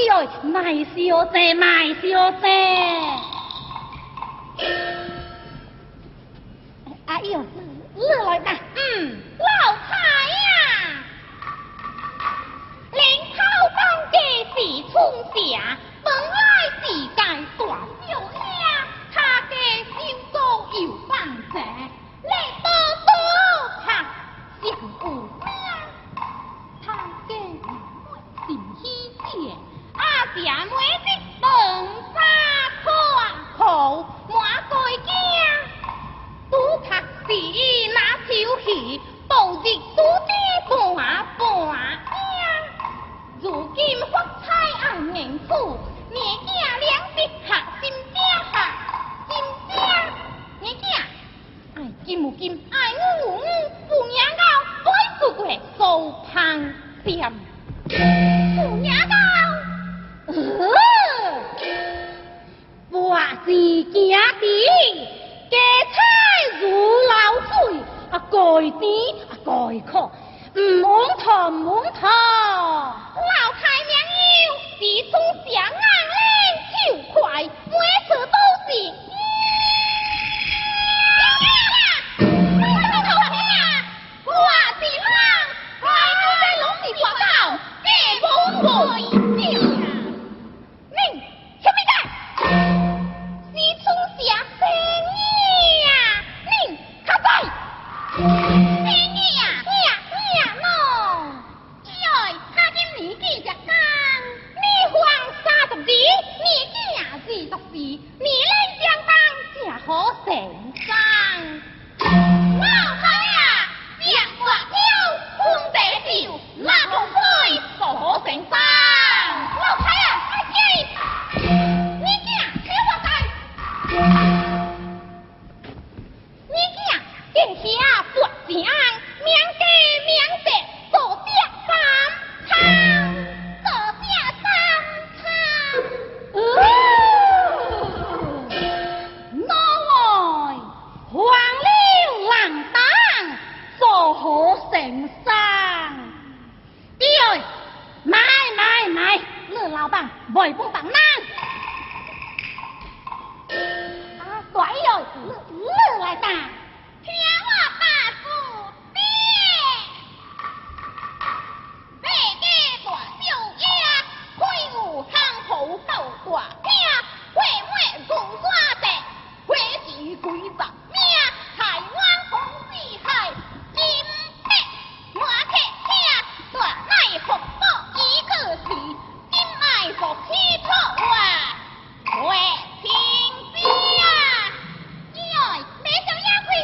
呦，卖小姐，卖小姐。哎呦，你来吧。 老太呀，领头当家是春霞，本来是该大小兄，他家修高又放蛇，你多多他上有名，他家人妹心喜姐，阿姐妹的饭沙看好满盖惊。拄读是那手戏，步日拄地半半影。如今发财红颜厝，年囝两笔学心正学心正，年囝爱金有金，爱五有五，有年到爱出过收香店，有年到， 我是行地。家菜如流水，该甜该苦，唔枉糖唔枉糖。 老太娘yêu，是从上硬脸手快，每次都是。我是人，爱你在拢是破口，假无爱情。你什么在？是从上生意呀，你卡在。生意呀，呀喏。哎，他今年纪才刚，你还30年，年纪也20岁，年龄相当，正好成生。老太啊，食大酒，分地酒，那不会就好成生。老太啊，快起！年纪小我在。年纪见下拔正，名家名节，做只三餐，做只三餐。 我黄柳浪荡，做好成生。哎呦，买，你老板卖不当人。大哟，你来打。 听我大叔爹，每家大小爷，开有行铺斗大厅，会每共山地，会是几十名，台湾风四海，金碧满客厅，大乃福宝一个是，金爱福气土啊，会平家。哎，马上也开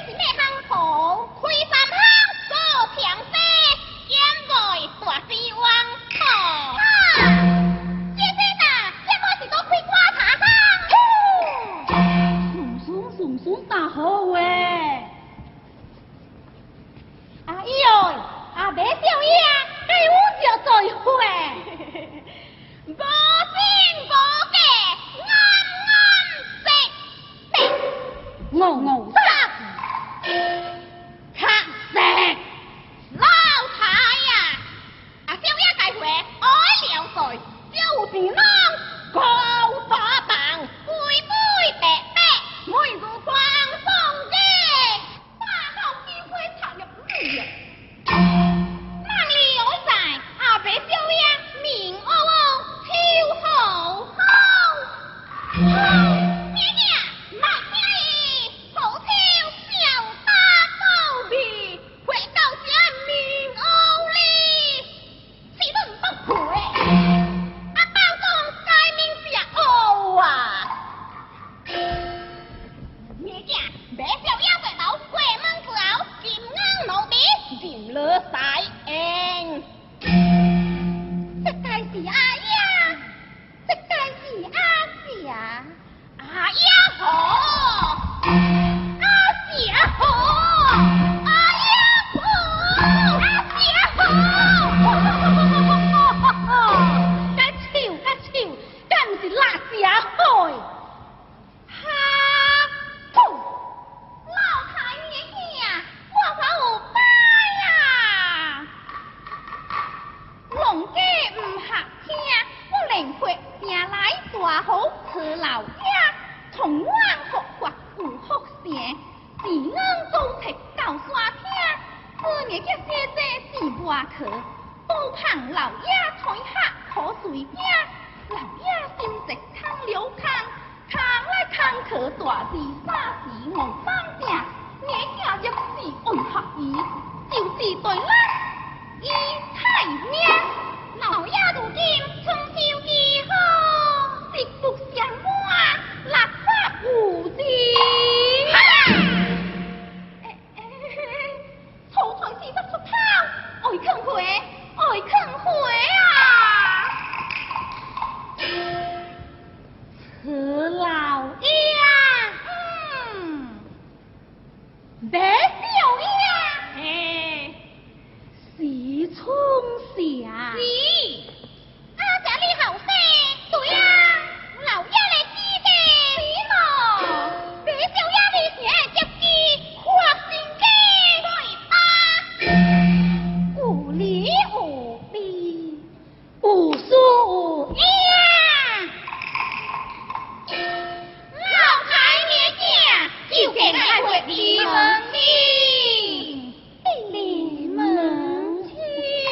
不盼老爷推下可随命，老爷心直通流空，空来空去大事三时望放正，眼镜若是为合意，就是对咱伊太命。老爷如今春秋之好，食福上满，650钱。草船40出头，爱坑回，爱坑回啊！ 此老爷，别小爷， 是春霞。 是，这里后生，对啊，老爷来知的，是咯，别小爷你是接机，花心机，对吧？ 有理有弊，有输有赢。 老太爷家就给爱回你门亲， 你们亲，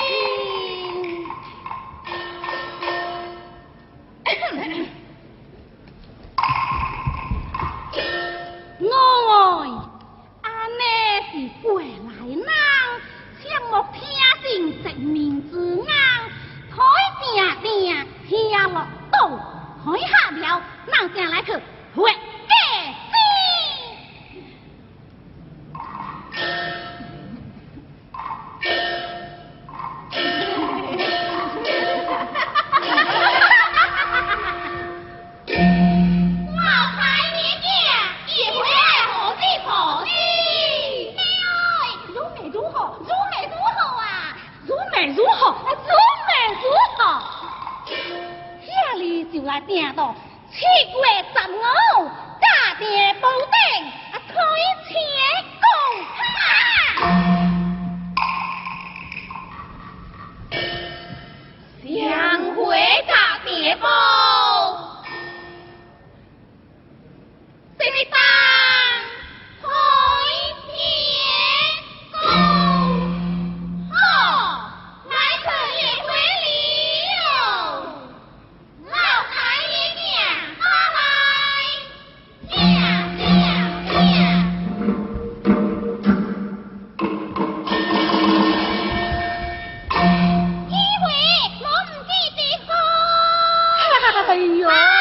我安尼是过来人，切莫听信神明之言，台定定听落倒，开下了，人正来去活个死。 老太爷家一回何地何地？妹哎，如美如何？如美如何啊？ 如美如何？如美如何？遐里就来订到7月15，家店保定开钱公哈。 相会家店报，谁来当开钱公？好，来客也回礼哦。老太爷娘，来，一回我唔记得好。 哎呦！